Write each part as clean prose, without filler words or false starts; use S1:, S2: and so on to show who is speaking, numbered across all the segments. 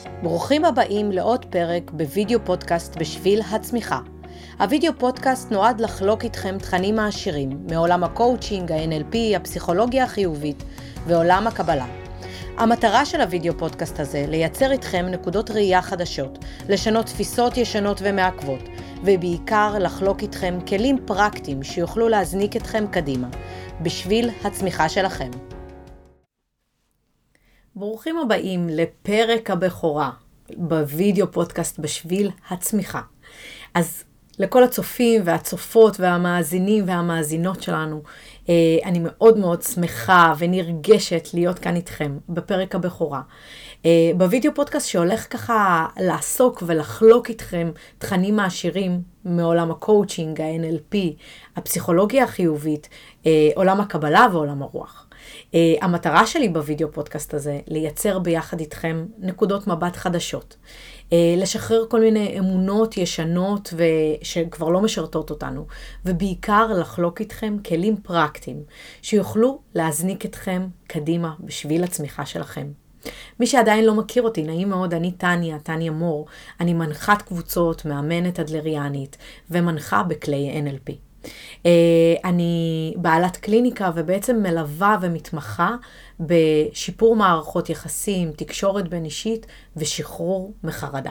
S1: ברוכים הבאים לעוד פרק בווידאו פודקאסט בשביל הצמיחה. הווידאו פודקאסט נועד לחלוק איתכם תכנים מעשירים מעולם הקואוצ'ינג, ה-NLP, הפסיכולוגיה החיובית ועולם הקבלה. המטרה של הווידאו פודקאסט הזה לייצר איתכם נקודות ראייה חדשות, לשנות תפיסות ישנות ומעכבות, ובעיקר לחלוק איתכם כלים פרקטיים שיוכלו להזניק אתכם קדימה, בשביל הצמיחה שלכם. ברוכים הבאים לפרק הבכורה בווידאו פודקאסט בשביל הצמיחה. אז לכל הצופים והצופות והמאזינים והמאזינות שלנו, אני מאוד מאוד שמחה ונרגשת להיות כאן איתכם בפרק הבכורה. בווידאו פודקאסט שהולך ככה לעסוק ולחלוק איתכם תכנים מעשירים מעולם הקואוצ'ינג, ה-NLP, הפסיכולוגיה החיובית, עולם הקבלה ועולם הרוח. המטרה שלי בווידאו פודקאסט הזה, לייצר ביחד איתכם נקודות מבט חדשות. לשחרר כל מיני אמונות ישנות שכבר לא משרתות אותנו, ובעיקר לחלוק איתכם כלים פרקטיים שיוכלו להזניק אתכם קדימה בשביל הצמיחה שלכם. מי שעדיין לא מכיר אותי, נעים מאוד, אני טניה מור, אני מנחת קבוצות, מאמנת אדלריאנית ומנחה בכלי NLP. אני בעלת קליניקה ובעצם מלווה ומתמחה בשיפור מערכות יחסים, תקשורת בין אישית ושחרור מחרדה.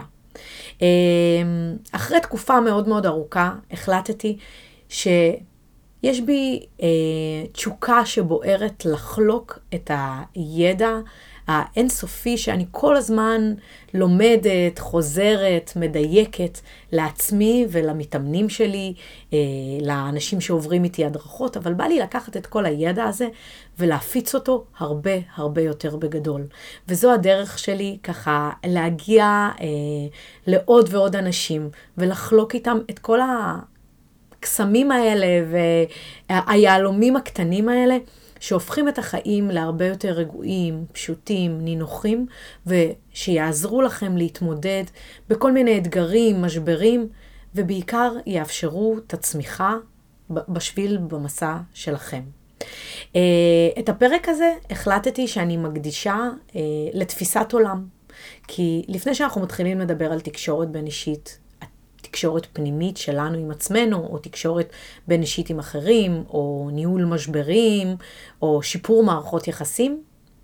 S1: אחרי תקופה מאוד מאוד ארוכה החלטתי שיש בי תשוקה שבוערת לחלוק את הידע האינסופי שאני כל הזמן לומדת, חוזרת, מדייקת לעצמי ולמתאמנים שלי, לאנשים שעוברים איתי הדרכות, אבל בא לי לקחת את כל הידע הזה ולהפיץ אותו הרבה יותר בגדול. וזו הדרך שלי ככה להגיע לעוד ועוד אנשים ולחלוק איתם את כל הקסמים האלה והיהלומים הקטנים האלה, שהופכים את החיים להרבה יותר רגועים, פשוטים, נינוחים, ושיעזרו לכם להתמודד בכל מיני אתגרים, משברים, ובעיקר יאפשרו את הצמיחה בשביל במסע שלכם. את הפרק הזה החלטתי שאני מקדישה לתפיסת עולם, כי לפני שאנחנו מתחילים לדבר על תקשורת בין אישית, תקשורת פנימית שלנו עם עצמנו, או תקשורת בין אישית עם אחרים, או ניהול משברים, או שיפור מערכות יחסים.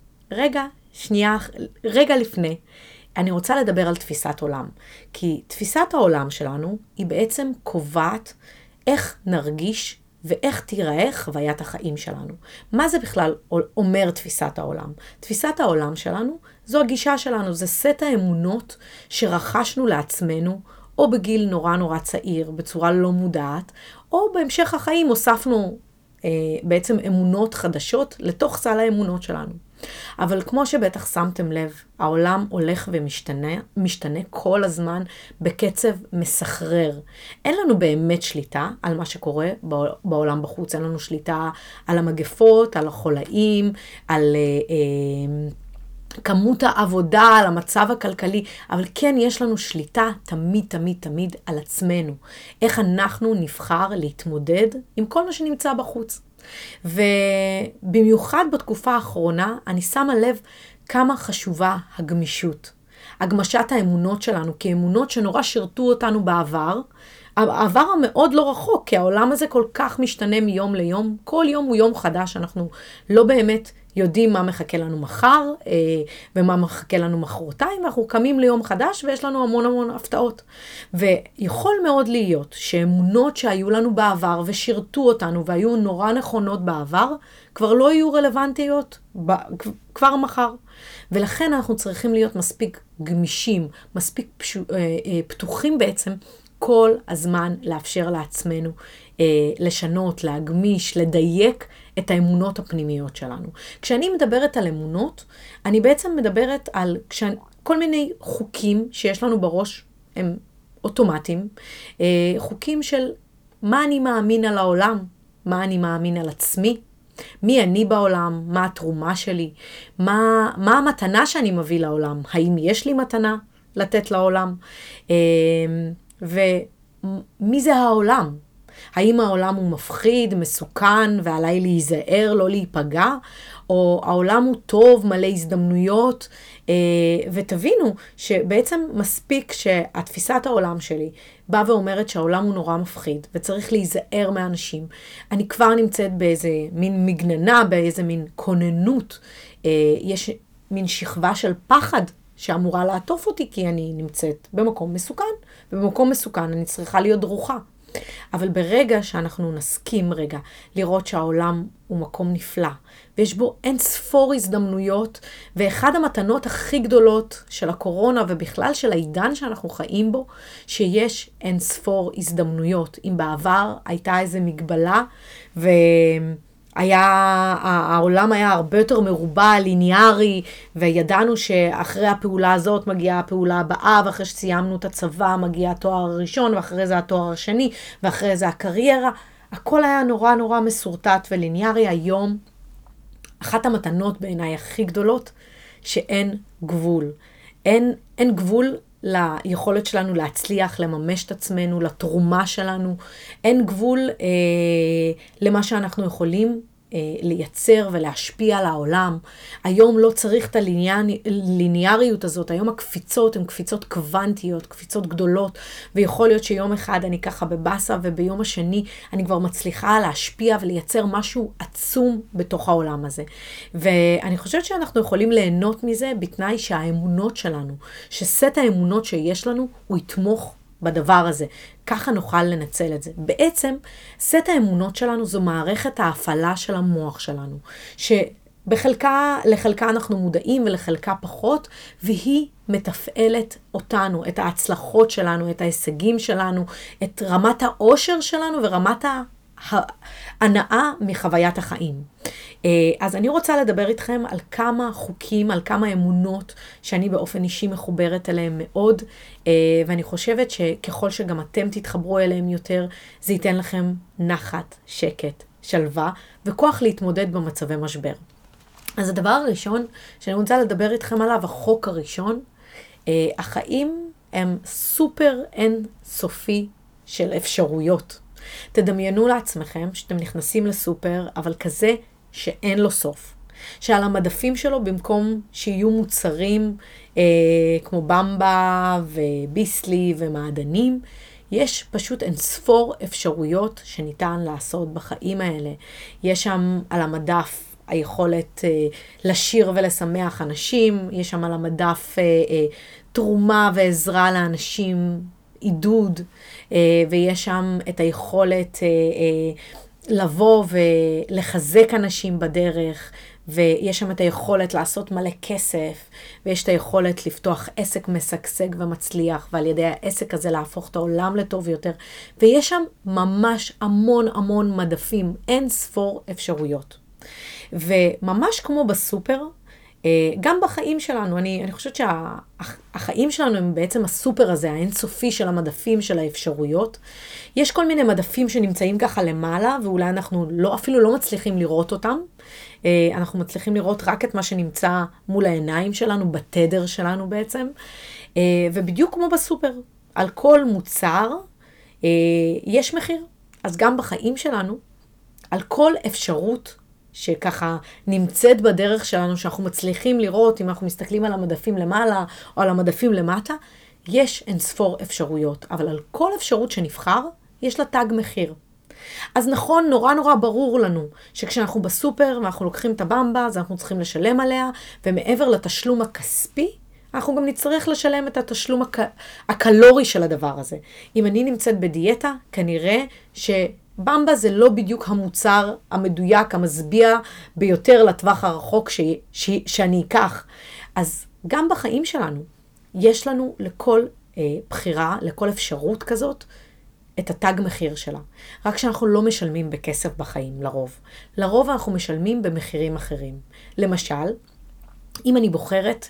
S1: רגע לפני, אני רוצה לדבר על תפיסת עולם. כי תפיסת העולם שלנו היא בעצם קובעת איך נרגיש ואיך תיראה חוויית החיים שלנו. מה זה בכלל אומר תפיסת העולם? תפיסת העולם שלנו זו הגישה שלנו, זה סט האמונות שרכשנו לעצמנו, או בגיל נורא צעיר, בצורה לא מודעת, או בהמשך החיים הוספנו בעצם אמונות חדשות לתוך סל האמונות שלנו. אבל כמו שבטח שמתם לב, העולם הולך ומשתנה כל הזמן בקצב מסחרר. אין לנו באמת שליטה על מה שקורה בעולם בחוץ, אין לנו שליטה על המגפות, על החולאים, על כמות העבודה, על המצב הכלכלי, אבל כן יש לנו שליטה תמיד על עצמנו. איך אנחנו נבחר להתמודד עם כל מה שנמצא בחוץ. ובמיוחד בתקופה האחרונה, אני שמה לב כמה חשובה הגמישות. הגמשת האמונות שלנו, כאמונות שנורא שירתו אותנו בעבר, העבר המאוד לא רחוק, כי העולם הזה כל כך משתנה מיום ליום, כל יום הוא יום חדש, אנחנו לא באמת יודעים מה מחכה לנו מחר, ומה מחכה לנו מחרתיים, ואנחנו קמים ליום חדש, ויש לנו המון הפתעות. ויכול מאוד להיות שאמונות שהיו לנו בעבר, ושירתו אותנו, והיו נורא נכונות בעבר, כבר לא יהיו רלוונטיות כבר מחר. ולכן אנחנו צריכים להיות מספיק גמישים, מספיק פתוחים בעצם, כל הזמן לאפשר לעצמנו לשנות, להגמיש, לדייק את האמונות הפנימיות שלנו. כשאני מדברת על אמונות, אני בעצם מדברת על כל מיני חוקים שיש לנו בראש, הם אוטומטיים, חוקים של מה אני מאמין על העולם, מה אני מאמין על עצמי, מי אני בעולם, מה התרומה שלי, מה המתנה שאני מביא לעולם, האם יש לי מתנה לתת לעולם, ומי זה העולם? האם העולם הוא מפחיד, מסוכן, ועליי להיזהר, לא להיפגע, או העולם הוא טוב, מלא הזדמנויות, ותבינו שבעצם מספיק שהתפיסת העולם שלי באה ואומרת שהעולם הוא נורא מפחיד, וצריך להיזהר מאנשים. אני כבר נמצאת באיזה מין מגננה, באיזה מין כוננות, יש מין שכבה של פחד שאמורה לעטוף אותי, כי אני נמצאת במקום מסוכן, ובמקום מסוכן אני צריכה להיות דרוכה. אבל ברגע שאנחנו נסכים רגע לראות שהעולם הוא מקום נפלא, ויש בו אין ספור הזדמנויות, ואחד המתנות הכי גדולות של הקורונה, ובכלל של העידן שאנחנו חיים בו, שיש אין ספור הזדמנויות. אם בעבר הייתה איזו מגבלה, העולם היה הרבה יותר מרובע, ליניארי, וידענו שאחרי הפעולה הזאת מגיעה הפעולה הבאה, ואחרי שסיימנו את הצבא מגיע התואר הראשון, ואחרי זה התואר השני, ואחרי זה הקריירה. הכל היה נורא נורא מסורטט וליניארי. היום, אחת המתנות בעיניי הכי גדולות, שאין גבול. אין גבול ליכולת שלנו להצליח, לממש את עצמנו, לתרומה שלנו. אין גבול למה שאנחנו יכולים לייצר ולהשפיע על העולם. היום לא צריך את הליניאריות הזאת. היום הקפיצות הן קפיצות קוונטיות, קפיצות גדולות, ויכול להיות שיום אחד אני ככה בבאסה, וביום השני אני כבר מצליחה להשפיע ולייצר משהו עצום בתוך העולם הזה. ואני חושבת שאנחנו יכולים ליהנות מזה בתנאי שהאמונות שלנו, שסט האמונות שיש לנו, הוא יתמוך בדבר הזה. ככה נוכל לנצל את זה. בעצם, סט האמונות שלנו זו מערכת ההפעלה של המוח שלנו, לחלקה אנחנו מודעים ולחלקה פחות, והיא מתפעלת אותנו, את ההצלחות שלנו, את ההישגים שלנו, את רמת העושר שלנו ורמת ההנאה מחוויית החיים. אז אני רוצה לדבר איתכם על כמה חוקים, על כמה אמונות שאני באופן אישי מחוברת אליהם מאוד, ואני חושבת שככל שגם אתם תתחברו אליהם יותר, זה ייתן לכם נחת, שקט, שלווה וכוח להתמודד במצבי משבר. אז הדבר הראשון שאני רוצה לדבר איתכם עליו, החוק הראשון, החיים הם סופר אין סופי של אפשרויות. תדמיינו לעצמכם שאתם נכנסים לסופר, אבל כזה שאין לו סוף. שעל המדפים שלו, במקום שיהיו מוצרים כמו במבה וביסלי ומעדנים, יש פשוט אין ספור אפשרויות שניתן לעשות בחיים האלה. יש שם על המדף היכולת לשיר ולשמח אנשים, יש שם על המדף תרומה ועזרה לאנשים, עידוד, ויש שם את היכולת לבוא ולחזק אנשים בדרך, ויש שם את היכולת לעשות מלא כסף, ויש את היכולת לפתוח עסק משגשג ומצליח, ועל ידי העסק הזה להפוך את העולם לטוב יותר, ויש שם ממש המון המון מדפים, אין ספור אפשרויות. וממש כמו בסופר, גם בחיים שלנו, אני חושבת שהחיים שלנו הם בעצם הסופר הזה, האינסופי של המדפים של האפשרויות. יש כל מיני מדפים שנמצאים ככה למעלה, ואולי אנחנו אפילו לא מצליחים לראות אותם. אנחנו מצליחים לראות רק את מה שנמצא מול העיניים שלנו, בתדר שלנו בעצם. ובדיוק כמו בסופר, על כל מוצר יש מחיר. אז גם בחיים שלנו, על כל אפשרות שככה נמצאת בדרך שלנו, שאנחנו מצליחים לראות, אם אנחנו מסתכלים על המדפים למעלה או על המדפים למטה, יש אין ספור אפשרויות, אבל על כל אפשרות שנבחר, יש לה תג מחיר. אז נכון, נורא נורא ברור לנו, שכשאנחנו בסופר ואנחנו לוקחים את הבמבה, אז אנחנו צריכים לשלם עליה, ומעבר לתשלום הכספי, אנחנו גם נצטרך לשלם את התשלום הקלורי של הדבר הזה. אם אני נמצאת בדיאטה, כנראה במבה זה לא בדיוק המוצר המדויק, המשביע ביותר לטווח הרחוק שאני אקח. אז גם בחיים שלנו, יש לנו לכל בחירה, לכל אפשרות כזאת, את התג מחיר שלה. רק שאנחנו לא משלמים בכסף בחיים, לרוב. לרוב אנחנו משלמים במחירים אחרים. למשל, אם אני בוחרת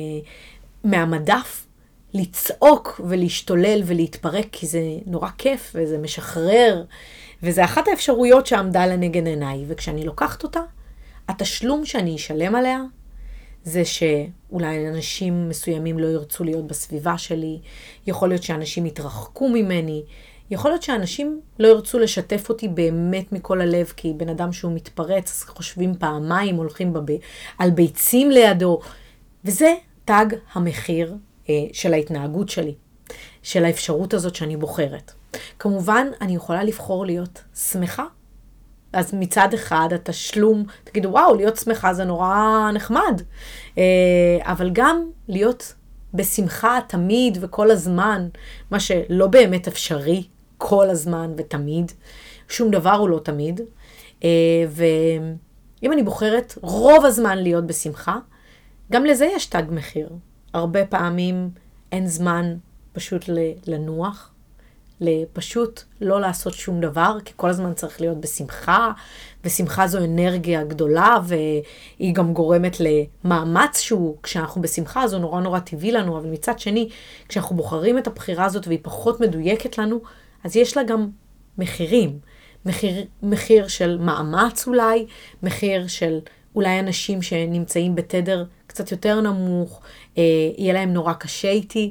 S1: מהמדף, לצעוק ולהשתולל ולהתפרק, כי זה נורא כיף וזה משחרר, וזה אחת האפשרויות שעמדה לנגד עיניי, וכשאני לוקחת אותה, התשלום שאני אשלם עליה, זה שאולי אנשים מסוימים לא ירצו להיות בסביבה שלי, יכול להיות שאנשים יתרחקו ממני, יכול להיות שאנשים לא ירצו לשתף אותי באמת מכל הלב, כי בן אדם שהוא מתפרץ, חושבים פעמיים, הולכים על ביצים לידו, וזה תג המחיר של ההתנהגות שלי, של האפשרות הזאת שאני בוחרת. כמובן, אני יכולה לבחור להיות שמחה. אז מצד אחד, התשלום, תגידו, וואו, להיות שמחה זה נורא נחמד. אבל גם להיות בשמחה תמיד וכל הזמן, מה שלא באמת אפשרי כל הזמן ותמיד. שום דבר הוא לא תמיד. ואם אני בוחרת רוב הזמן להיות בשמחה, גם לזה יש תג מחיר. הרבה פעמים אין זמן פשוט לנוח, פשוט לא לעשות שום דבר, כי כל הזמן צריך להיות בשמחה, ושמחה זו אנרגיה גדולה, והיא גם גורמת למאמץ שהוא, כשאנחנו בשמחה, זו נורא נורא טבעי לנו, אבל מצד שני, כשאנחנו בוחרים את הבחירה הזאת והיא פחות מדויקת לנו, אז יש לה גם מחירים. מחיר של מאמץ אולי, מחיר של אולי אנשים שנמצאים בתדר קצת יותר נמוך, יהיה להם נורא קשה איתי,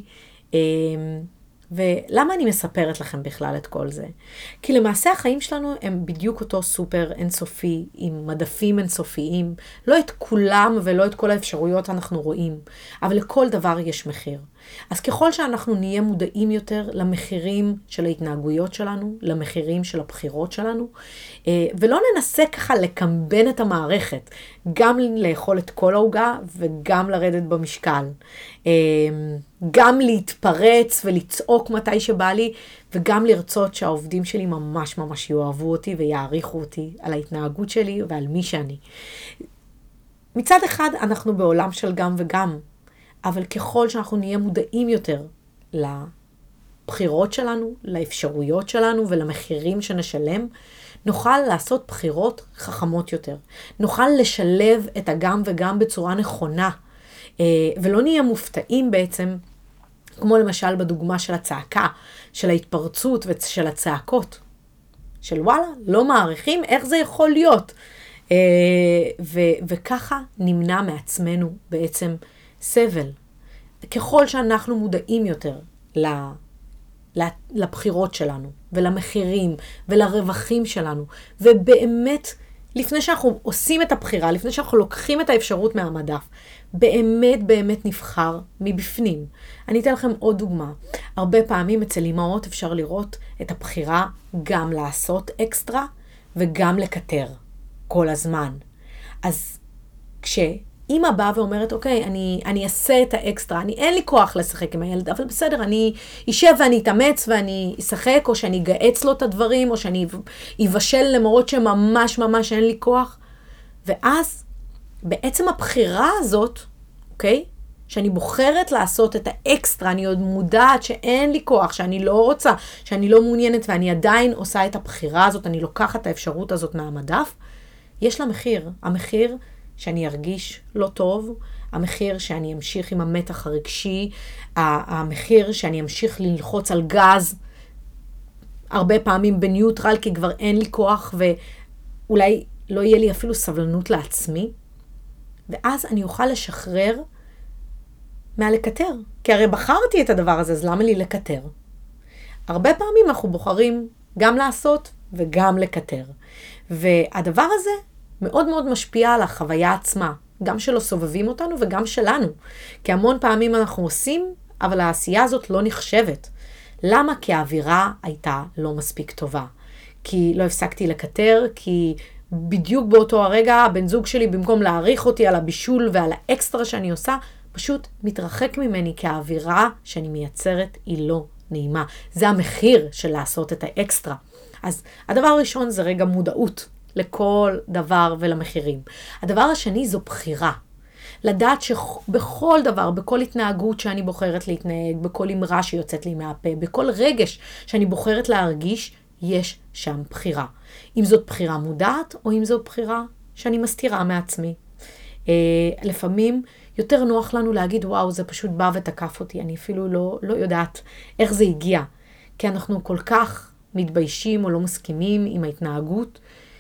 S1: ולמה אני מספרת לכם בכלל את כל זה? כי למעשה החיים שלנו הם בדיוק אותו סופר אינסופי, עם מדפים אינסופיים. לא את כולם ולא את כל האפשרויות אנחנו רואים, אבל לכל דבר יש מחיר. אז ככל שאנחנו נהיה מודעים יותר למחירים של ההתנהגויות שלנו, למחירים של הבחירות שלנו, ולא ננסה ככה לקמבן את המערכת, גם לאכול את כל העוגה וגם לרדת במשקל, גם להתפרץ ולצעוק מתי שבא לי, וגם לרצות שהעובדים שלי ממש ממש יאהבו אותי ויעריכו אותי על ההתנהגות שלי ועל מי שאני. מצד אחד אנחנו בעולם של גם וגם, אבל ככל שאנחנו נהיה מודעים יותר לבחירות שלנו, לאפשרויות שלנו ולמחירים שנשלם, נוכל לעשות בחירות חכמות יותר. נוכל לשלב את הגם וגם בצורה נכונה, ולא נהיה מופתעים בעצם, כמו למשל בדוגמה של הצעקה, של ההתפרצות ושל הצעקות. של וואלה, לא מעריכים, איך זה יכול להיות? וככה נמנע מעצמנו בעצם סבל. ככל שאנחנו מודעים יותר לבחירות שלנו, ולמחירים, ולרווחים שלנו, ובאמת, לפני שאנחנו עושים את הבחירה, לפני שאנחנו לוקחים את האפשרות מהמדף, באמת נבחר מבפנים. אני אתן לכם עוד דוגמה. הרבה פעמים אצל אמהות אפשר לראות את הבחירה גם לעשות אקסטרה, וגם לקטר כל הזמן. אז כשאמא באה ואומרת, אוקיי, אני אעשה את האקסטרה, אין לי כוח לשחק עם הילד, אבל בסדר, אני אשב ואני אתאמץ ואני אשחק, או שאני אגעץ לו את הדברים, או שאני אבשל למרות שממש ממש אין לי כוח. ואז בעצם הבחירה הזאת, אוקיי, שאני בוחרת לעשות את האקסטרה, אני עוד מודעת שאין לי כוח, שאני לא רוצה, שאני לא מעוניינת, ואני עדיין עושה את הבחירה הזאת, אני לוקחת את האפשרות הזאת מהמדף, יש לה מחיר. המחיר שאני ארגיש לא טוב, המחיר שאני אמשיך עם המתח הרגשי, המחיר שאני אמשיך ללחוץ על גז, הרבה פעמים בניוטרל, כי כבר אין לי כוח, ואולי לא יהיה לי אפילו סבלנות לעצמי, ואז אני אוכל לשחרר מהלקטר. כי הרי בחרתי את הדבר הזה, אז למה לי לקטר? הרבה פעמים אנחנו בוחרים גם לעשות וגם לקטר. והדבר הזה מאוד מאוד משפיע על החוויה עצמה, גם שלא סובבים אותנו וגם שלנו. כי המון פעמים אנחנו עושים, אבל העשייה הזאת לא נחשבת. למה? כי האווירה הייתה לא מספיק טובה. כי לא הפסקתי לקטר, כי בדיוק באותו הרגע הבן זוג שלי, במקום להעריך אותי על הבישול ועל האקסטרה שאני עושה, פשוט מתרחק ממני, כי האווירה שאני מייצרת היא לא נעימה. זה המחיר של לעשות את האקסטרה. אז הדבר הראשון זה רגע מודעות לכל דבר ולמחירים. הדבר השני זו בחירה. לדעת שבכל דבר, בכל התנהגות שאני בוחרת להתנהג, בכל אמרה שיוצאת לי מהפה, בכל רגש שאני בוחרת להרגיש, יש שם בחירה. אם זאת בחירה מודעת, או אם זאת בחירה שאני מסתירה מעצמי. לפעמים יותר נוח לנו להגיד, וואו, זה פשוט בא ותקף אותי. אני אפילו לא יודעת איך זה הגיע. כי אנחנו כל כך מתביישים או לא מסכימים עם ההתנהגות.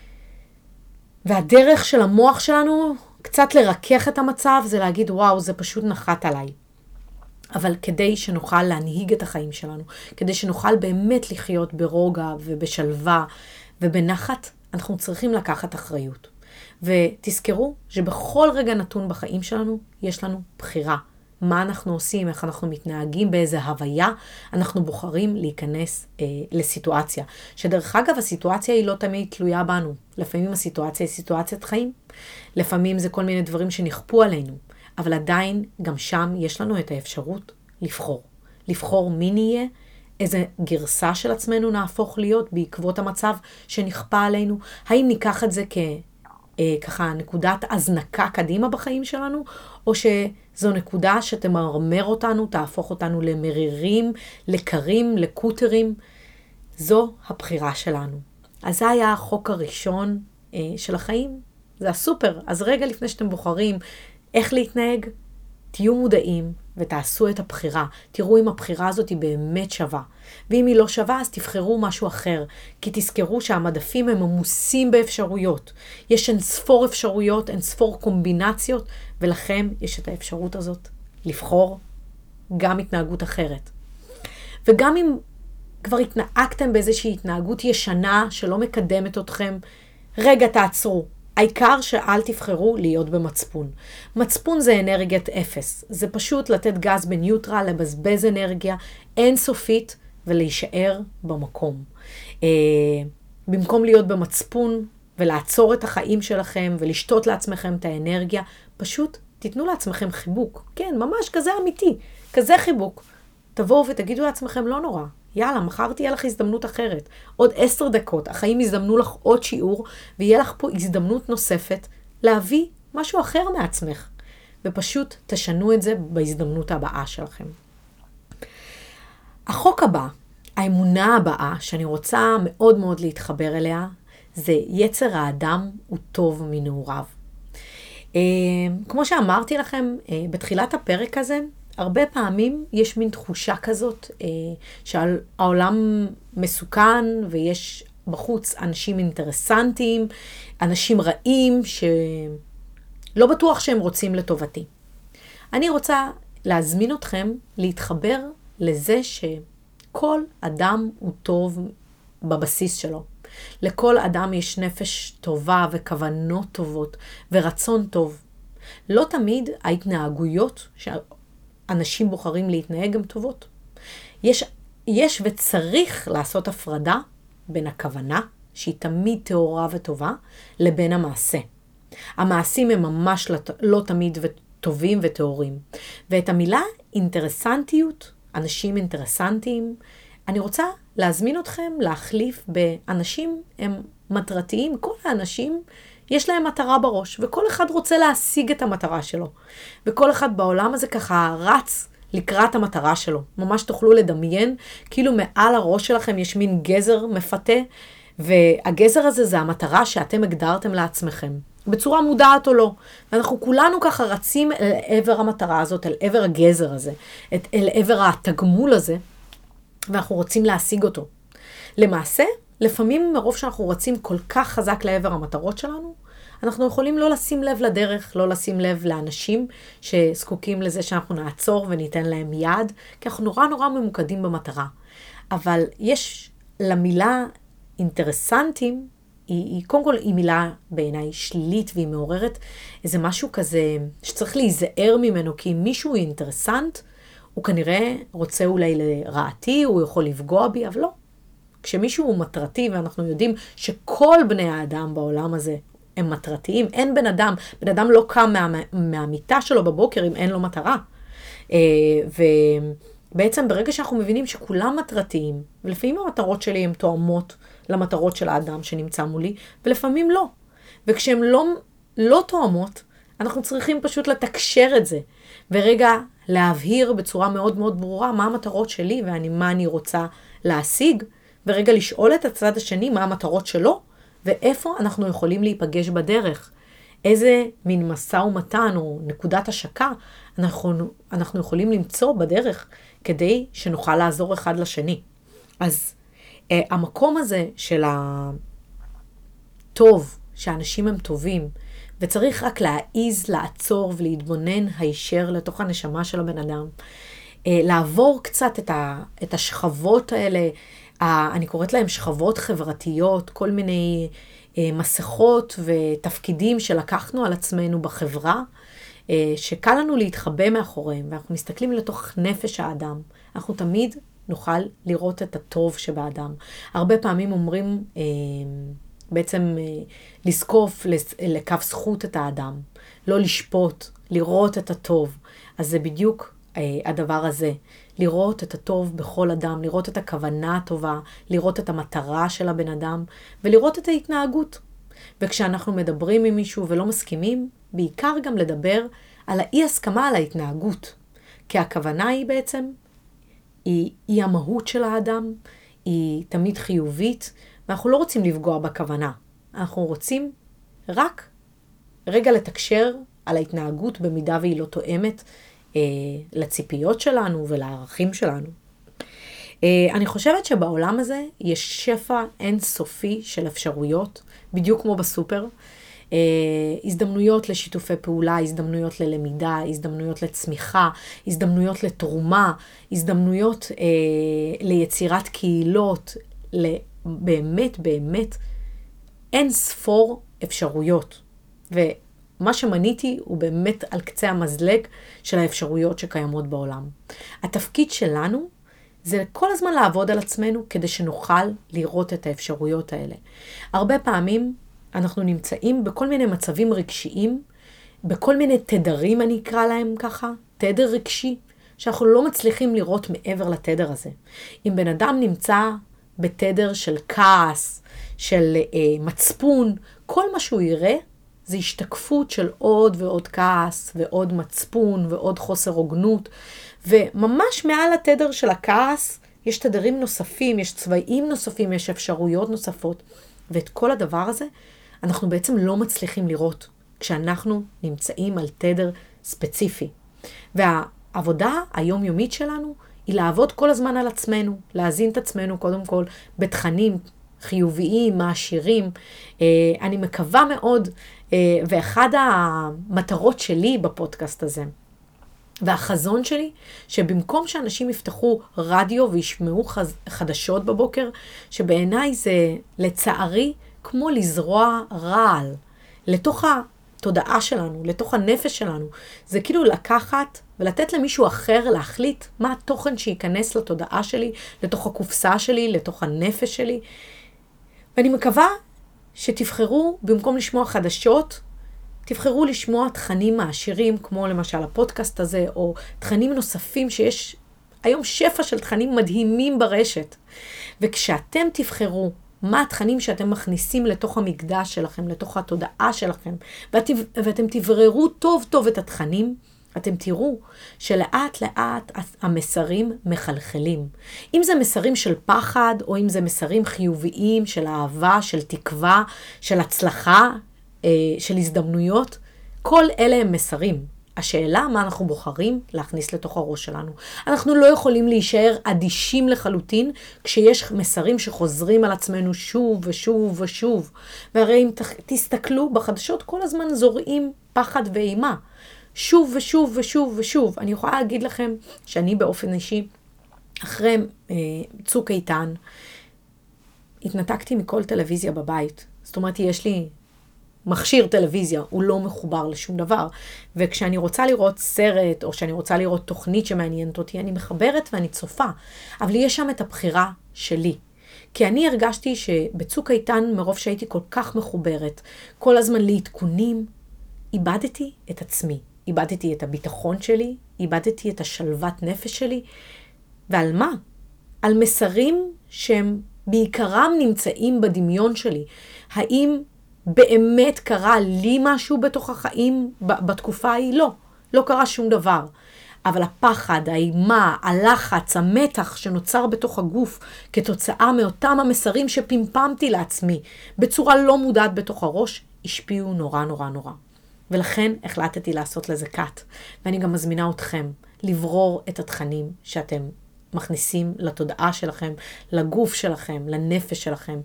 S1: והדרך של המוח שלנו, קצת לרכך את המצב, זה להגיד, וואו, זה פשוט נחת עליי. אבל כדי שנוכל להנהיג את החיים שלנו, כדי שנוכל באמת לחיות ברוגע ובשלווה ובנחת, אנחנו צריכים לקחת אחריות. ותזכרו שבכל רגע נתון בחיים שלנו, יש לנו בחירה. מה אנחנו עושים, איך אנחנו מתנהגים, באיזה הוויה אנחנו בוחרים להיכנס לסיטואציה. שדרך אגב, הסיטואציה היא לא תמיד תלויה בנו. לפעמים הסיטואציה היא סיטואציית חיים. לפעמים זה כל מיני דברים שנכפו עלינו. אבל עדיין, גם שם יש לנו את האפשרות לבחור. לבחור מי נהיה, איזה גרסה של עצמנו נהפוך להיות בעקבות המצב שנכפה עלינו. האם ניקח את זה ככה נקודת הזנקה קדימה בחיים שלנו, או שזו נקודה שתמרמר אותנו, תהפוך אותנו למרירים, לקרים, לקוטרים. זו הבחירה שלנו. אז זה היה החוק הראשון של החיים. זה הסופר. אז רגע לפני שאתם בוחרים איך להתנהג, תהיו מודעים ותעשו את הבחירה. תראו אם הבחירה הזאת היא באמת שווה. ואם היא לא שווה, אז תבחרו משהו אחר. כי תזכרו שהמדפים הם עמוסים באפשרויות. יש אינספור אפשרויות, אינספור קומבינציות, ולכם יש את האפשרות הזאת לבחור גם התנהגות אחרת. וגם אם כבר התנהגתם באיזושהי התנהגות ישנה שלא מקדמת אתכם, רגע תעצרו. העיקר שאל תבחרו להיות במצפון. מצפון זה אנרגיית אפס. זה פשוט לתת גז בניוטרל, לבזבז אנרגיה אינסופית ולהישאר במקום. במקום להיות במצפון ולעצור את החיים שלכם ולשתות לעצמכם את האנרגיה, פשוט תיתנו לעצמכם חיבוק. כן, ממש כזה אמיתי, כזה חיבוק. תבואו ותגידו לעצמכם לא נורא. יאללה, מחר תהיה לך הזדמנות אחרת. עוד 10 דקות, החיים יזדמנו לך עוד שיעור, ויהיה לך פה הזדמנות נוספת להביא משהו אחר מעצמך. ופשוט תשנו את זה בהזדמנות הבאה שלכם. החוק הבא, האמונה הבאה, שאני רוצה מאוד מאוד להתחבר אליה, זה יצר האדם הוא טוב מנעוריו. כמו שאמרתי לכם בתחילת הפרק הזה, הרבה פעמים יש מין תחושה כזאת שהעולם מסוכן ויש בחוץ אנשים אינטרסנטיים, אנשים רעים שלא בטוח שהם רוצים לטובתי. אני רוצה להזמין אתכם להתחבר לזה שכל אדם הוא טוב בבסיס שלו. לכל אדם יש נפש טובה וכוונות טובות ורצון טוב. לא תמיד ההתנהגויות אנשים בוחרים להתנהג גם טובות. יש וצריך לעשות הפרדה בין הכוונה, שהיא תמיד טהורה וטובה, לבין המעשה. המעשים הם ממש לא תמיד טובים וטהורים. ואת המילה אינטרסנטיות, אנשים אינטרסנטיים, אני רוצה להזמין אתכם להחליף באנשים הם מטרתיים. כל האנשים יש להם מטרה בראש, וכל אחד רוצה להשיג את המטרה שלו. וכל אחד בעולם הזה ככה רץ לקראת המטרה שלו. ממש תוכלו לדמיין, כאילו מעל הראש שלכם יש מין גזר מפתה, והגזר הזה זה המטרה שאתם הגדרתם לעצמכם, בצורה מודעת או לא. ואנחנו כולנו ככה רצים אל עבר המטרה הזאת, אל עבר הגזר הזה, אל עבר התגמול הזה, ואנחנו רוצים להשיג אותו. למעשה, לפעמים מרוב שאנחנו רצים כל כך חזק לעבר המטרות שלנו, אנחנו יכולים לא לשים לב לדרך, לא לשים לב לאנשים שזקוקים לזה שאנחנו נעצור וניתן להם יד, כי אנחנו נורא נורא ממוקדים במטרה. אבל יש למילה אינטרסנטים, היא קודם כל היא מילה בעיניי שלילית והיא מעוררת איזה משהו כזה שצריך להיזהר ממנו, כי אם מישהו אינטרסנט, הוא כנראה רוצה אולי לרעתי, הוא יכול לפגוע בי, אבל לא. כשמישהו הוא מטרתי, ואנחנו יודעים שכל בני האדם בעולם הזה הם מטרתיים, אין בן אדם לא קם מהמיטה שלו בבוקר אם אין לו מטרה. ובעצם ברגע שאנחנו מבינים שכולם מטרתיים, ולפעמים המטרות שלי הן תואמות למטרות של האדם שנמצא מולי, ולפעמים לא. וכשהן לא תואמות, אנחנו צריכים פשוט לתקשר את זה, ורגע להבהיר בצורה מאוד מאוד ברורה מה המטרות שלי, ומה אני רוצה להשיג, ורגע לשאול את הצד השני מה המטרות שלו, ואיפה אנחנו יכולים להיפגש בדרך. מין מסע ומתן או נקודת השקה אנחנו יכולים למצוא בדרך, כדי שנוכל לעזור אחד לשני. אז המקום הזה של הטוב, שאנשים הם טובים, וצריך רק להעיז, לעצור ולהתבונן הישר לתוך הנשמה של הבן אדם. לעבור קצת את השכבות האלה, אני קוראת להם שכבות חברתיות, כל מיני מסכות ותפקידים שלקחנו על עצמנו בחברה, שקל לנו להתחבא מאחוריהם, ואנחנו מסתכלים לתוך נפש האדם. אנחנו תמיד נוכל לראות את הטוב שבאדם. הרבה פעמים אומרים בעצם לזקוף לקו זכות את האדם, לא לשפוט, לראות את הטוב. אז זה בדיוק הדבר הזה, לראות את הטוב בכל אדם, לראות את הכוונה הטובה, לראות את המטרה של הבן אדם, ולראות את ההתנהגות. וכשאנחנו מדברים עם מישהו ולא מסכימים, בעיקר גם לדבר על האי הסכמה על ההתנהגות. כי הכוונה היא בעצם, היא המהות של האדם, היא תמיד חיובית, ואנחנו לא רוצים לפגוע בכוונה. אנחנו רוצים רק רגע לתקשר על ההתנהגות במידה והיא לא תואמת לציפיות שלנו ולערכים שלנו. אני חושבת שבעולם הזה יש שפע אינסופי של אפשרויות, בדיוק כמו בסופר. הזדמנויות לשיתופי פעולה, הזדמנויות ללמידה, הזדמנויות לצמיחה, הזדמנויות לתרומה, הזדמנויות ליצירת קהילות, באמת באמת אין ספור אפשרויות. ומה שמניתי הוא באמת על קצה המזלג של האפשרויות שקיימות בעולם. התפקיד שלנו זה כל הזמן לעבוד על עצמנו כדי שנוכל לראות את האפשרויות האלה. הרבה פעמים אנחנו נמצאים בכל מיני מצבים רגשיים, בכל מיני תדרים אני אקרא להם ככה, תדר רגשי, שאנחנו לא מצליחים לראות מעבר לתדר הזה. אם בן אדם נמצא בתדר של כעס, של מצפון, כל מה שהוא יראה זה השתקפות של עוד ועוד כעס ועוד מצפון ועוד חוסר הוגנות, וממש מעל התדר של הכעס יש תדרים נוספים, יש צבעים נוספים, יש אפשרויות נוספות, ואת כל הדבר הזה אנחנו בעצם לא מצליחים לראות כשאנחנו נמצאים על תדר ספציפי. והעבודה היומיומית שלנו היא לעבוד כל הזמן על עצמנו, להזין את עצמנו קודם כל בתכנים חיוביים, מעשירים. אני מקווה מאוד, ואחד המטרות שלי בפודקאסט הזה, והחזון שלי, שבמקום שאנשים יפתחו רדיו וישמעו חדשות בבוקר, שבעיניי זה לצערי כמו לזרוע רעל לתוך התודעה שלנו, לתוך הנפש שלנו. זה כאילו לקחת ולתת למישהו אחר להחליט מה התוכן שייכנס לתודעה שלי, לתוך הקופסה שלי, לתוך הנפש שלי. ואני מקווה שתבחרו, במקום לשמוע חדשות, תבחרו לשמוע תכנים מעשירים, כמו למשל הפודקאסט הזה, או תכנים נוספים שיש היום שפע של תכנים מדהימים ברשת. וכשאתם תבחרו מה התכנים שאתם מכניסים לתוך המקדש שלכם, לתוך התודעה שלכם, ואתם תבררו טוב טוב את התכנים, אתם תראו שלאט לאט המסרים מחלחלים. אם זה מסרים של פחד, או אם זה מסרים חיוביים של אהבה, של תקווה, של הצלחה, של הזדמנויות, כל אלה הם מסרים. השאלה מה אנחנו בוחרים להכניס לתוך הראש שלנו. אנחנו לא יכולים להישאר אדישים לחלוטין כשיש מסרים שחוזרים על עצמנו שוב ושוב ושוב. והרי אם תסתכלו בחדשות כל הזמן זורעים פחד ואימה. שוב ושוב ושוב ושוב. אני יכולה להגיד לכם שאני באופן אישי, אחרי צוק איתן, התנתקתי מכל טלוויזיה בבית. זאת אומרת, יש לי מכשיר טלוויזיה, הוא לא מחובר לשום דבר. וכשאני רוצה לראות סרט, או שאני רוצה לראות תוכנית שמעניינת אותי, אני מחברת ואני צופה. אבל יש שם את הבחירה שלי. כי אני הרגשתי שבצוק איתן, מרוב שהייתי כל כך מחוברת, כל הזמן להתקונים, איבדתי את עצמי. איבדתי את הביטחון שלי, איבדתי את השלוות נפש שלי. ועל מה? על מסרים שהם בעיקרם נמצאים בדמיון שלי. האם באמת קרה לי משהו בתוך החיים בתקופה ההיא? לא. לא קרה שום דבר. אבל הפחד, האימה, הלחץ, המתח שנוצר בתוך הגוף כתוצאה מאותם המסרים שפמפמתי לעצמי בצורה לא מודעת בתוך הראש, השפיעו נורא נורא נורא. ולכן החלטתי לעשות לזה קאט. ואני גם מזמינה אתכם לברור את התכנים שאתם מכניסים לתודעה שלכם, לגוף שלכם, לנפש שלכם.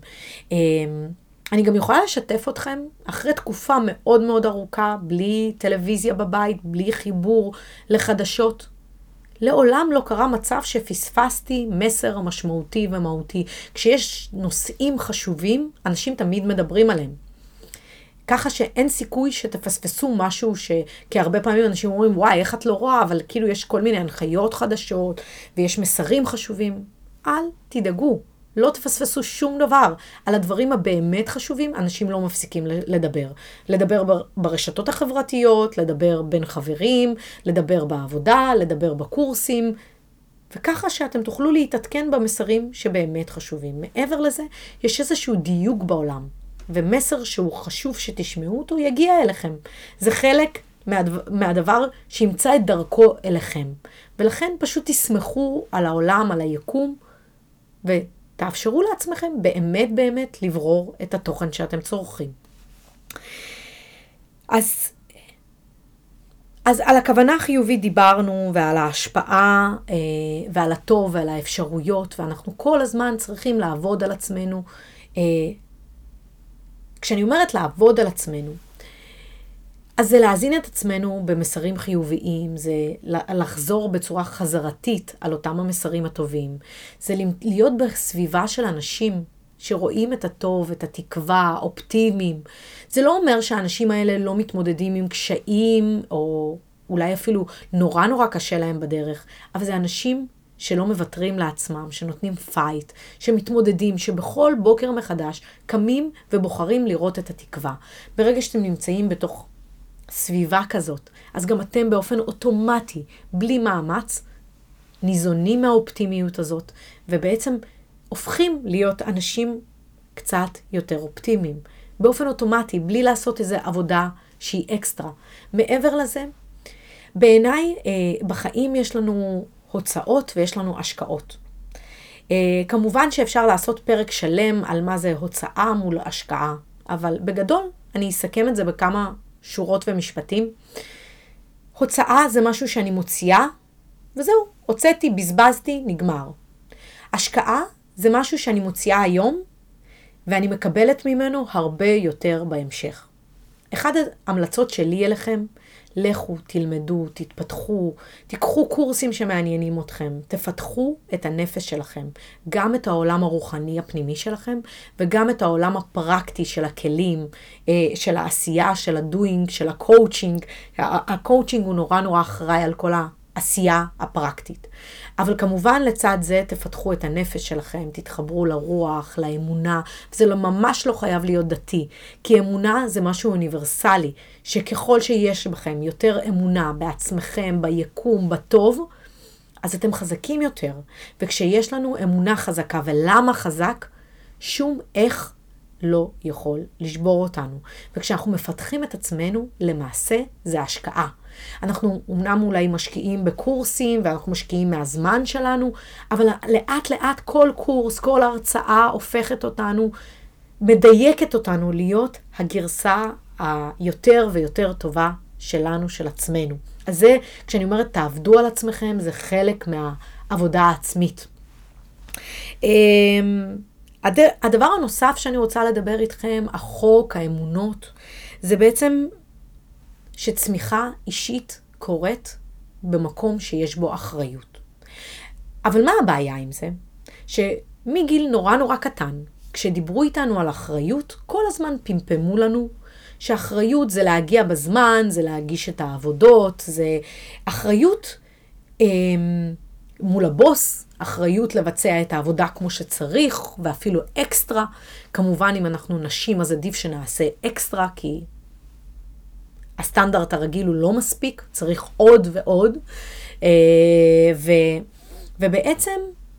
S1: אני גם יכולה לשתף אתכם, אחרי תקופה מאוד מאוד ארוכה, בלי טלוויזיה בבית, בלי חיבור לחדשות, לעולם לא קרה מצב שפספסתי מסר משמעותי ומהותי. כשיש נושאים חשובים, אנשים תמיד מדברים עליהם. ככה שאין סיכוי שתפספסו משהו כי הרבה פעמים אנשים אומרים, וואי, איך את לא רואה, אבל כאילו יש כל מיני הנחיות חדשות, ויש מסרים חשובים. אל תדאגו, לא תפספסו שום דבר. על הדברים הבאמת חשובים, אנשים לא מפסיקים לדבר. לדבר ברשתות החברתיות, לדבר בין חברים, לדבר בעבודה, לדבר בקורסים, וככה שאתם תוכלו להתעדכן במסרים שבאמת חשובים. מעבר לזה, יש איזשהו דיוק בעולם. ומסר שהוא חשוב שתשמעו אותו, יגיע אליכם. זה חלק מהדבר שימצא את דרכו אליכם. ולכן פשוט תסמכו על העולם, על היקום, ותאפשרו לעצמכם באמת באמת לברור את התוכן שאתם צורכים. אז על הכוונה החיובית דיברנו, ועל ההשפעה, ועל הטוב, ועל האפשרויות, ואנחנו כל הזמן צריכים לעבוד על עצמנו, כשאני אומרת לעבוד על עצמנו, אז זה להזין את עצמנו במסרים חיוביים, זה לחזור בצורה חזרתית על אותם המסרים הטובים, זה להיות בסביבה של אנשים שרואים את הטוב, את התקווה, אופטימיים. זה לא אומר שהאנשים האלה לא מתמודדים עם קשיים, או אולי אפילו נורא קשה להם בדרך, אבל זה אנשים שלא מוותרים לעצמם, שנותנים פייט, שמתמודדים, שבכל בוקר מחדש קמים ובוחרים לראות את התקווה. ברגע שאתם נמצאים בתוך סביבה כזאת, אז גם אתם באופן אוטומטי, בלי מאמץ, ניזונים מהאופטימיות הזאת, ובעצם הופכים להיות אנשים קצת יותר אופטימיים. באופן אוטומטי, בלי לעשות איזו עבודה שהיא אקסטרה. מעבר לזה, בעיניי בחיים יש לנו הוצאות ויש לנו השקעות. כמובן שאפשר לעשות פרק שלם על מה זה הוצאה מול השקעה, אבל בגדול אני אסכם את זה בכמה שורות ומשפטים. הוצאה זה משהו שאני מוציאה, וזהו, הוצאתי, בזבזתי, נגמר. השקעה זה משהו שאני מוציאה היום, ואני מקבלת ממנו הרבה יותר בהמשך. אחד ההמלצות שלי אליכם, לכו, תלמדו, תתפתחו, תיקחו קורסים שמעניינים אתכם, תפתחו את הנפש שלכם, גם את העולם הרוחני הפנימי שלכם, וגם את העולם הפרקטי של הכלים, של העשייה, של הדוינג, של הקואוצ'ינג. הקואוצ'ינג הוא נורא אחראי על כל העשייה הפרקטית. אבל כמובן לצד זה תפתחו את הנפש שלכם, תתחברו לרוח, לאמונה, וזה ממש לא חייב להיות דתי, כי אמונה זה משהו אוניברסלי, שככל שיש בכם יותר אמונה בעצמכם, ביקום, בטוב, אז אתם חזקים יותר. וכשיש לנו אמונה חזקה, ולמה חזק? שום איך לא יכול לשבור אותנו. וכשאנחנו מפתחים את עצמנו, למעשה זה השקעה. אנחנו אמנם אולי משקיעים בקורסים, ואנחנו משקיעים מהזמן שלנו, אבל לאט לאט כל קורס, כל הרצאה הופכת אותנו, מדייקת אותנו להיות הגרסה היותר ויותר טובה שלנו, של עצמנו. אז זה, כשאני אומרת תעבדו על עצמכם, זה חלק מהעבודה העצמית. הדבר הנוסף שאני רוצה לדבר איתכם, החוק, האמונות, זה בעצם שצמיחה אישית קורית במקום שיש בו אחריות. אבל מה הבעיה עם זה? שמגיל נורא קטן, כשדיברו איתנו על אחריות, כל הזמן פמפמו לנו שאחריות זה להגיע בזמן, זה להגיש את העבודות, זה אחריות מול הבוס, אחריות לבצע את העבודה כמו שצריך, ואפילו אקסטרה. כמובן אם אנחנו נשים אז עדיף שנעשה אקסטרה, כי הסטנדרט הרגיל הוא לא מספיק, צריך עוד ועוד. ובעצם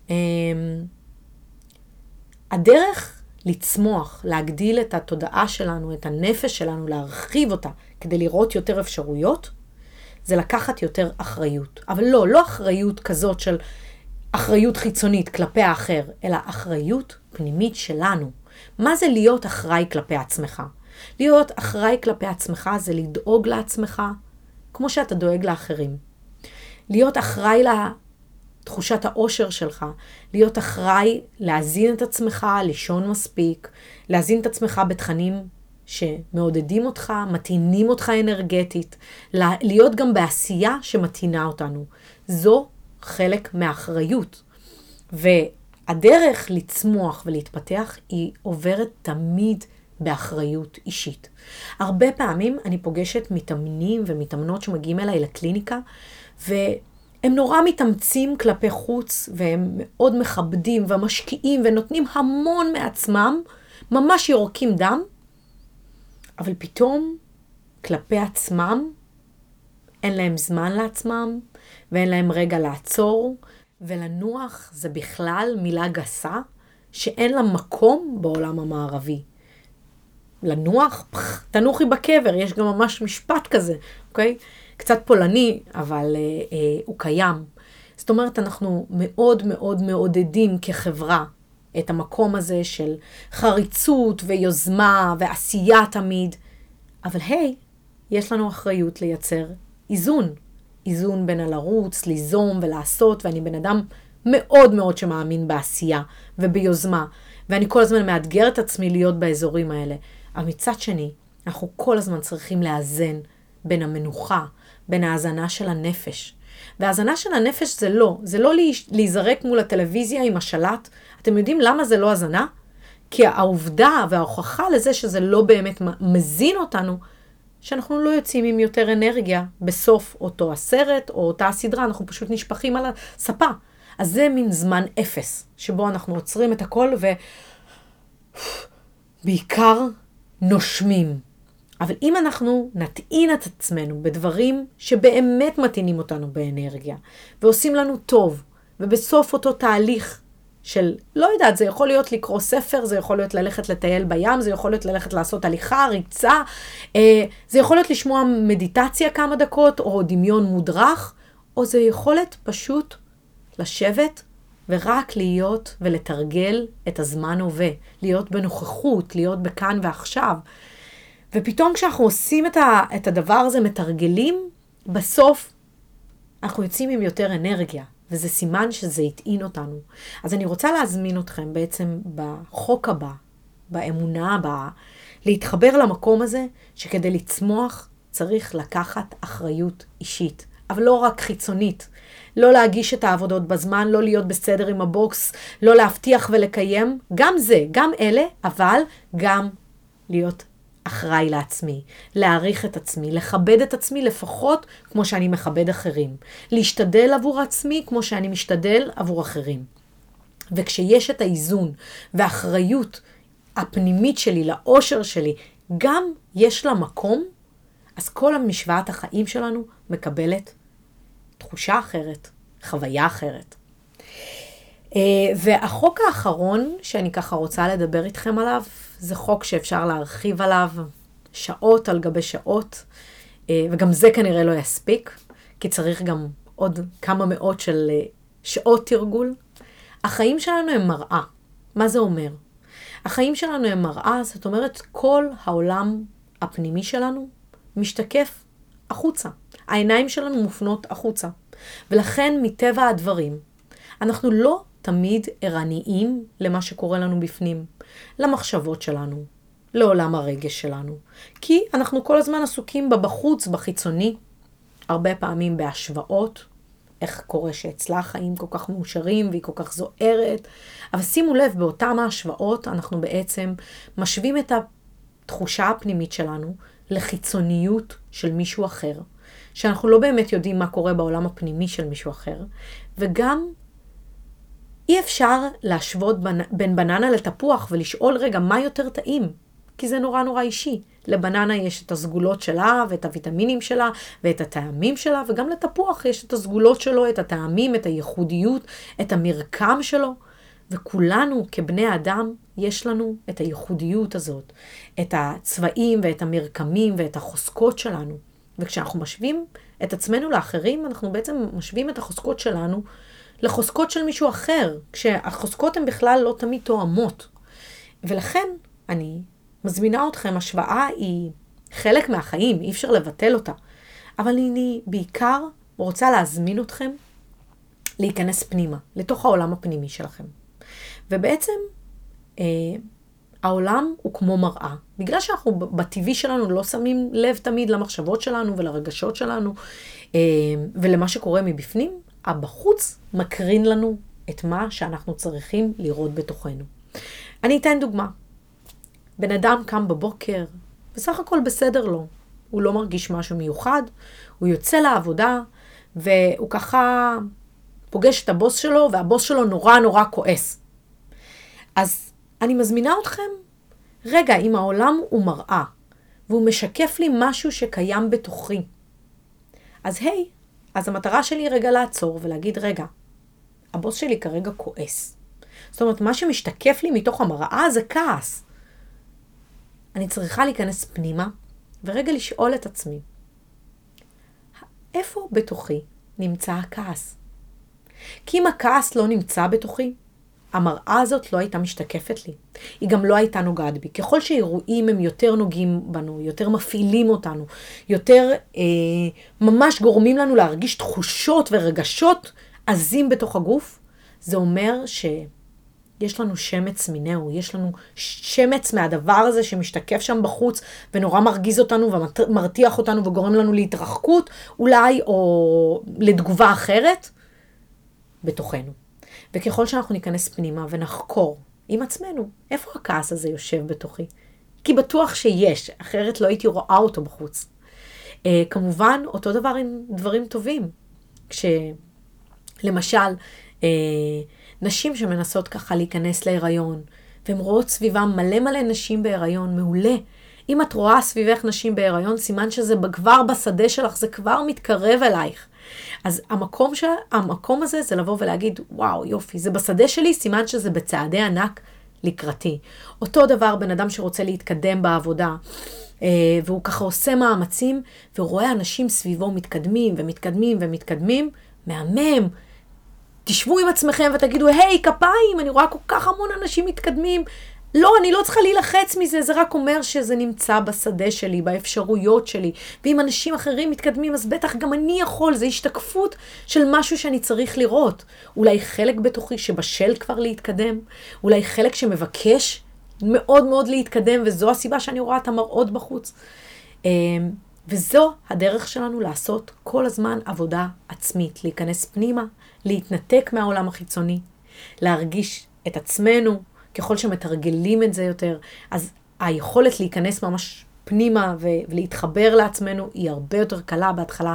S1: הדרך לצמוח, להגדיל את התודעה שלנו, את הנפש שלנו, להרחיב אותה כדי לראות יותר אפשרויות, זה לקחת יותר אחריות. אבל לא אחריות כזאת של אחריות חיצונית כלפי האחר, אלא אחריות פנימית שלנו. מה זה להיות אחראי כלפי עצמך? להיות אחראי כלפי עצמך זה לדאוג לעצמך כמו שאתה דואג לאחרים. להיות אחראי לתחושת האושר שלך, להיות אחראי להזין את עצמך, לישון מספיק, להזין את עצמך בתכנים שמעודדים אותך, מתאינים אותך אנרגטית, להיות גם בעשייה שמתאינה אותנו. זו חלק מהאחריות. והדרך לצמוח ולהתפתח היא עוברת תמיד באחריות אישית. הרבה פעמים אני פוגשת מתאמנים ומתאמנות שמגיעים אליי לקליניקה, והם נורא מתאמצים כלפי חוץ, והם מאוד מכבדים ומשקיעים ונותנים המון מעצמם, ממש יורקים דם, אבל פתאום כלפי עצמם אין להם זמן לעצמם, ואין להם רגע לעצור, ולנוח זה בכלל מילה גסה, שאין לה מקום בעולם המערבי. לנוח, תנוחי בקבר, יש גם ממש משפט כזה, אוקיי? קצת פולני, אבל הוא קיים. זאת אומרת, אנחנו מאוד מאוד מעודדים כחברה את המקום הזה של חריצות ויוזמה ועשייה תמיד, אבל היי, יש לנו אחריות לייצר איזון. איזון בין הלרוץ, ליזום ולעשות, ואני בן אדם מאוד מאוד שמאמין בעשייה וביוזמה, ואני כל הזמן מאתגר את עצמי להיות באזורים האלה. אבל מצד שני, אנחנו כל הזמן צריכים לאזן בין המנוחה, בין ההזנה של הנפש. וההזנה של הנפש זה לא להיזרק מול הטלוויזיה עם השלט. אתם יודעים למה זה לא הזנה? כי העובדה וההוכחה לזה שזה לא באמת מזין אותנו, שאנחנו לא יוצאים עם יותר אנרגיה בסוף אותו הסרט או אותה הסדרה, אנחנו פשוט נשפכים על הספה. אז זה מין זמן אפס, שבו אנחנו עוצרים את הכל ובעיקר נושמים. אבל אם אנחנו נטעין את עצמנו בדברים שבאמת מתעינים אותנו באנרגיה, ועושים לנו טוב, ובסוף אותו תהליך של, לא יודעת, זה יכול להיות לקרוא ספר, זה יכול להיות ללכת לטייל בים, זה יכול להיות ללכת לעשות הליכה, ריצה, זה יכול להיות לשמוע מדיטציה כמה דקות, או דמיון מודרך, או זה יכולת פשוט לשבת ורק להיות ולתרגל את הזמן הווה, להיות בנוכחות, להיות בכאן ועכשיו. ופתאום כשאנחנו עושים את הדבר הזה, מתרגלים, בסוף אנחנו יוצאים עם יותר אנרגיה. וזה סימן שזה יטעין אותנו. אז אני רוצה להזמין אתכם בעצם בחוק הבא, באמונה הבאה, להתחבר למקום הזה שכדי לצמוח צריך לקחת אחריות אישית, אבל לא רק חיצונית. לא להגיש את העבודות בזמן, לא להיות בסדר עם הבוקס, לא להבטיח ולקיים, גם זה, גם אלה, אבל גם להיות אחראי לעצמי, להעריך את עצמי, לכבד את עצמי לפחות כמו שאני מכבד אחרים. להשתדל עבור עצמי כמו שאני משתדל עבור אחרים. וכשיש את האיזון והאחריות הפנימית שלי, לאושר שלי, גם יש לה מקום, אז כל המשוואת החיים שלנו מקבלת תחושה אחרת, חוויה אחרת. והחוק האחרון שאני ככה רוצה לדבר איתכם עליו, זה חוק שאפשר להרחיב עליו שעות על גבי שעות, וגם זה כנראה לא יספיק, כי צריך גם עוד כמה מאות של שעות תרגול. החיים שלנו הם מראה. מה זה אומר? החיים שלנו הם מראה, זאת אומרת, כל העולם הפנימי שלנו משתקף החוצה. העיניים שלנו מופנות החוצה. ולכן מטבע הדברים, אנחנו לא תמיד ערניים למה שקורה לנו בפנים, למחשבות שלנו, לעולם הרגש שלנו. כי אנחנו כל הזמן עסוקים בחוץ, בחיצוני, הרבה פעמים בהשוואות, איך קורה שאצלה החיים כל כך מאושרים והיא כל כך זוהרת. אבל שימו לב, באותם ההשוואות אנחנו בעצם משווים את התחושה הפנימית שלנו לחיצוניות של מישהו אחר, שאנחנו לא באמת יודעים מה קורה בעולם הפנימי של מישהו אחר, וגם אי אפשר להשוות בין בננה לתפוח ולשאול רגע מה יותר טעים, כי זה נורא נורא אישי. לבננה יש את הסגולות שלה ואת הוויטמינים שלה ואת הטעמים שלה, וגם לתפוח יש את הסגולות שלו, את הטעמים, את הייחודיות, את המרקם שלו. וכולנו כבני אדם יש לנו את הייחודיות הזאת, את הצבעים ואת המרקמים ואת החוזקות שלנו. וכשאנחנו משווים את עצמנו לאחרים, אנחנו בעצם משווים את החוזקות שלנו לחוזקות של מישהו אחר, כשהחוזקות הן בכלל לא תמיד תואמות. ולכן אני מזמינה אתכם, השוואה היא חלק מהחיים, אי אפשר לבטל אותה. אבל אני בעיקר רוצה להזמין אתכם להיכנס פנימה, לתוך העולם הפנימי שלכם. ובעצם העולם הוא כמו מראה. בגלל שאנחנו בטבעי שלנו לא שמים לב תמיד למחשבות שלנו ולרגשות שלנו ולמה שקורה מבפנים, הבחוץ מקרין לנו את מה שאנחנו צריכים לראות בתוכנו. אני אתן דוגמה. בן אדם קם בבוקר, בסך הכל בסדר לו. הוא לא מרגיש משהו מיוחד, הוא יוצא לעבודה, והוא ככה פוגש את הבוס שלו, והבוס שלו נורא נורא כועס. אז אני מזמינה אתכם, רגע, אם העולם הוא מראה, והוא משקף לי משהו שקיים בתוכי, אז המטרה שלי רגע לעצור ולהגיד, רגע, הבוס שלי כרגע כועס. זאת אומרת, מה שמשתקף לי מתוך המראה זה כעס. אני צריכה להיכנס פנימה, ורגע לשאול את עצמי, איפה בתוכי נמצא הכעס? כי אם הכעס לא נמצא בתוכי, המראה הזאת לא הייתה משתקפת לי. היא גם לא הייתה נוגעת בי. ככל שאירועים הם יותר נוגעים בנו, יותר מפעילים אותנו, יותר ממש גורמים לנו להרגיש תחושות ורגשות עזים בתוך הגוף, זה אומר שיש לנו שמץ מינהו, יש לנו שמץ מהדבר הזה שמשתקף שם בחוץ, ונורא מרגיז אותנו ומרתיח אותנו וגורם לנו להתרחקות, אולי, או לתגובה אחרת, בתוכנו. וככל שאנחנו ניכנס פנימה ונחקור עם עצמנו, איפה הכעס הזה יושב בתוכי? כי בטוח שיש, אחרת לא הייתי רואה אותו בחוץ. כמובן, אותו דבר עם דברים טובים. למשל, נשים שמנסות ככה להיכנס להיריון, והן רואות סביבם מלא נשים בהיריון, מעולה. אם את רואה סביבך נשים בהיריון, סימן שזה כבר בשדה שלך, זה כבר מתקרב אלייך. אז המקום הזה זה לבוא ולהגיד, וואו, יופי, זה בשדה שלי, סימן שזה בצעדי ענק לקראתי. אותו דבר בן אדם שרוצה להתקדם בעבודה, והוא ככה עושה מאמצים, ורואה אנשים סביבו מתקדמים, מהמם. תשבו עם עצמכם ותגידו, היי, כפיים, אני רואה כל כך המון אנשים מתקדמים. לא, אני לא צריכה להילחץ מזה, זה רק אומר שזה נמצא בשדה שלי, באפשרויות שלי. ואם אנשים אחרים מתקדמים, אז בטח גם אני יכול, זה השתקפות של משהו שאני צריך לראות. אולי חלק בתוכי שבשל כבר להתקדם, אולי חלק שמבקש מאוד מאוד להתקדם, וזו הסיבה שאני רואה את המראות בחוץ. וזו הדרך שלנו לעשות כל הזמן עבודה עצמית, להיכנס פנימה, להתנתק מהעולם החיצוני, להרגיש את עצמנו, ככל שמתרגלים את זה יותר, אז היכולת להיכנס ממש פנימה ולהתחבר לעצמנו היא הרבה יותר קלה. בהתחלה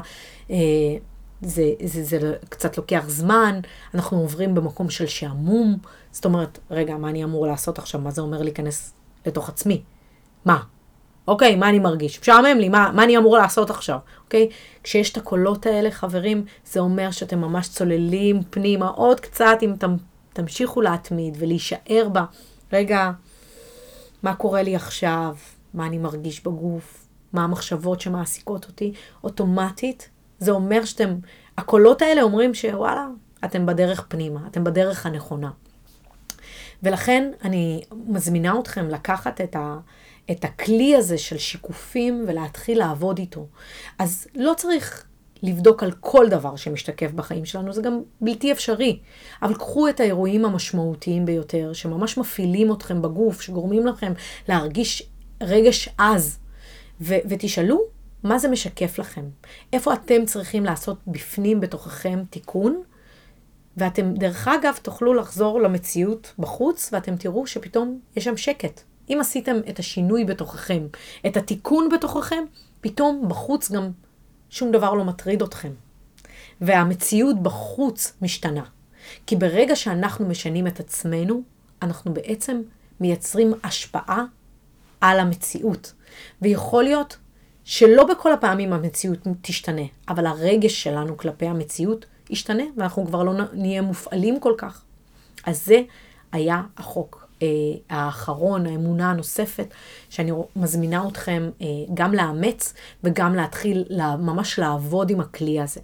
S1: זה קצת לוקח זמן, אנחנו עוברים במקום של שעמום, זאת אומרת, רגע, מה אני אמור לעשות עכשיו? מה זה אומר להיכנס לתוך עצמי? מה? אוקיי, מה אני מרגיש? משעמם לי, מה אני אמור לעשות עכשיו? אוקיי? כשיש את הקולות האלה, חברים, זה אומר שאתם ממש צוללים פנימה עוד קצת, אם תמשיכו להתמיד ולהישאר בה. רגע, מה קורה לי עכשיו? מה אני מרגיש בגוף? מה המחשבות שמעסיקות אותי? אוטומטית, זה אומר הקולות האלה אומרים שוואלה, אתם בדרך פנימה, אתם בדרך הנכונה. ולכן אני מזמינה אתכם לקחת את הכלי הזה של שיקופים ולהתחיל לעבוד איתו. אז לא צריך לבדוק על כל דבר שמשתקף בחיים שלנו, זה גם בלתי אפשרי. אבל קחו את האירועים המשמעותיים ביותר, שממש מפעילים אתכם בגוף, שגורמים לכם להרגיש רגש עז, ותשאלו מה זה משקף לכם. איפה אתם צריכים לעשות בפנים בתוככם תיקון, ואתם דרך אגב תוכלו לחזור למציאות בחוץ, ואתם תראו שפתאום יש שם שקט. אם עשיתם את השינוי בתוככם, את התיקון בתוככם, פתאום בחוץ גם שום דבר לא מטריד אתכם. והמציאות בחוץ משתנה. כי ברגע שאנחנו משנים את עצמנו, אנחנו בעצם מייצרים השפעה על המציאות. ויכול להיות שלא בכל הפעמים המציאות תשתנה, אבל הרגש שלנו כלפי המציאות ישתנה, ואנחנו כבר לא נהיה מופעלים כל כך. אז זה היה החוק האחרון, האמונה הנוספת, שאני מזמינה אתכם גם לאמץ, וגם להתחיל ממש לעבוד עם הכלי הזה.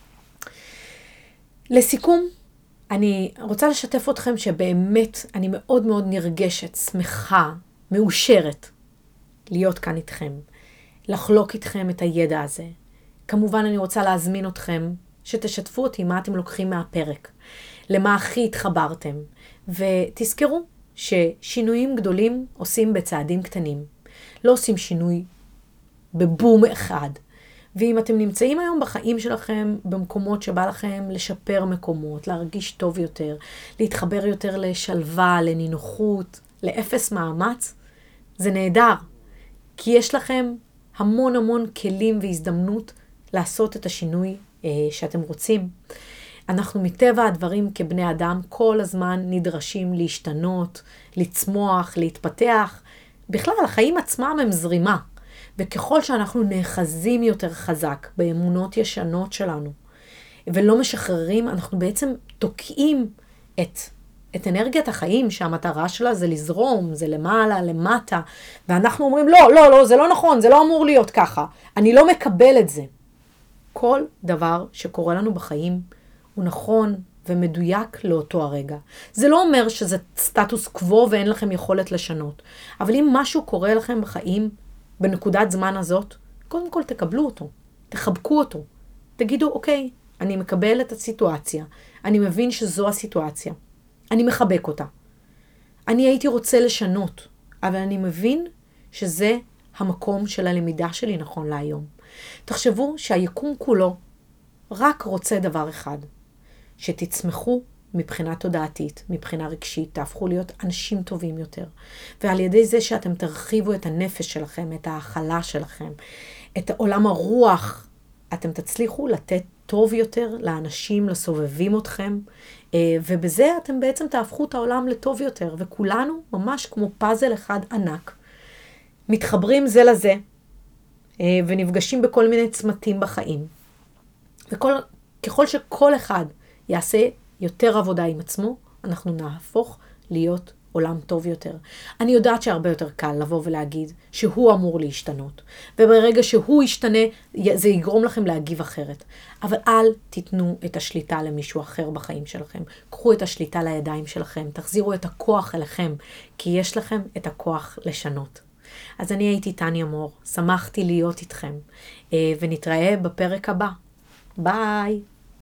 S1: לסיכום, אני רוצה לשתף אתכם שבאמת אני מאוד מאוד נרגשת, שמחה, מאושרת להיות כאן איתכם, לחלוק איתכם את הידע הזה. כמובן אני רוצה להזמין אתכם שתשתפו אותי מה אתם לוקחים מהפרק, למה הכי התחברתם, ותזכרו ששינויים גדולים עושים בצעדים קטנים. לא עושים שינוי בבום אחד. ואם אתם נמצאים היום בחיים שלכם במקומות שבא לכם לשפר מקומות, להרגיש טוב יותר, להתחבר יותר לשלווה, לנינוחות, לאפס מאמץ, זה נהדר. כי יש לכם המון המון כלים והזדמנות לעשות את השינוי שאתם רוצים. אנחנו מטבע הדברים כבני אדם כל הזמן נדרשים להשתנות, לצמוח, להתפתח. בכלל, החיים עצמם הם זרימה. וככל שאנחנו נאחזים יותר חזק באמונות ישנות שלנו, ולא משחררים, אנחנו בעצם תוקעים את אנרגיית החיים, שהמטרה שלה זה לזרום, זה למעלה, למטה, ואנחנו אומרים, לא, זה לא נכון, זה לא אמור להיות ככה. אני לא מקבל את זה. כל דבר שקורה לנו בחיים הוא נכון ומדויק לאותו הרגע. זה לא אומר שזה סטטוס קוו ואין לכם יכולת לשנות. אבל אם משהו קורה לכם בחיים בנקודת זמן הזאת, קודם כל תקבלו אותו, תחבקו אותו. תגידו, אוקיי, אני מקבל את הסיטואציה, אני מבין שזו הסיטואציה, אני מחבק אותה. אני הייתי רוצה לשנות, אבל אני מבין שזה המקום של הלמידה שלי נכון להיום. תחשבו שהיקום כולו רק רוצה דבר אחד, שתצמחו מבחינה תודעתית, מבחינה רגשית, תהפכו להיות אנשים טובים יותר. ועל ידי זה שאתם תרחיבו את הנפש שלכם, את ההכלה שלכם, את עולם הרוח, אתם תצליחו לתת טוב יותר לאנשים, לסובבים אתכם, ובזה אתם בעצם תהפכו את העולם לטוב יותר, וכולנו ממש כמו פאזל אחד ענק, מתחברים זה לזה, ונפגשים בכל מיני צמתים בחיים. וככל שכל אחד יעשה יותר עבודה עם עצמו, אנחנו נהפוך להיות עולם טוב יותר. אני יודעת שהרבה יותר קל לבוא ולהגיד שהוא אמור להשתנות, וברגע שהוא ישתנה, זה יגרום לכם להגיב אחרת. אבל אל תיתנו את השליטה למישהו אחר בחיים שלכם. קחו את השליטה לידיים שלכם, תחזירו את הכוח אליכם, כי יש לכם את הכוח לשנות. אז אני הייתי טניה מור, שמחתי להיות איתכם, ונתראה בפרק הבא. ביי!